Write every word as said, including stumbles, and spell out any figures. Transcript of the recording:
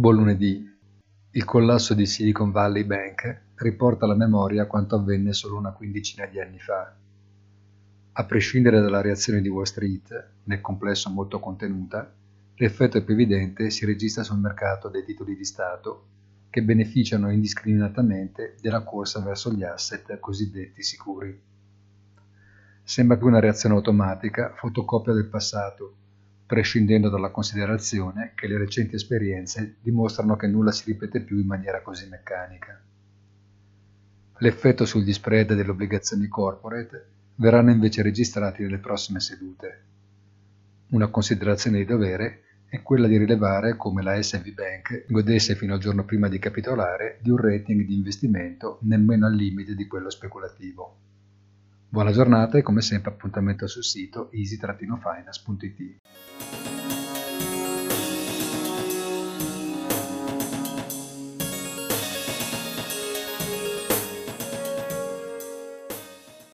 Buon lunedì. Il collasso di Silicon Valley Bank riporta alla memoria quanto avvenne solo una quindicina di anni fa. A prescindere dalla reazione di Wall Street, nel complesso molto contenuta, l'effetto più evidente si registra sul mercato dei titoli di Stato, che beneficiano indiscriminatamente della corsa verso gli asset cosiddetti sicuri. Sembra più una reazione automatica, fotocopia del passato, prescindendo dalla considerazione che le recenti esperienze dimostrano che nulla si ripete più in maniera così meccanica. L'effetto sugli spread delle obbligazioni corporate verranno invece registrati nelle prossime sedute. Una considerazione di dovere è quella di rilevare come la S V Bank godesse fino al giorno prima di capitolare di un rating di investimento nemmeno al limite di quello speculativo. Buona giornata e come sempre appuntamento sul sito easy finance punto it.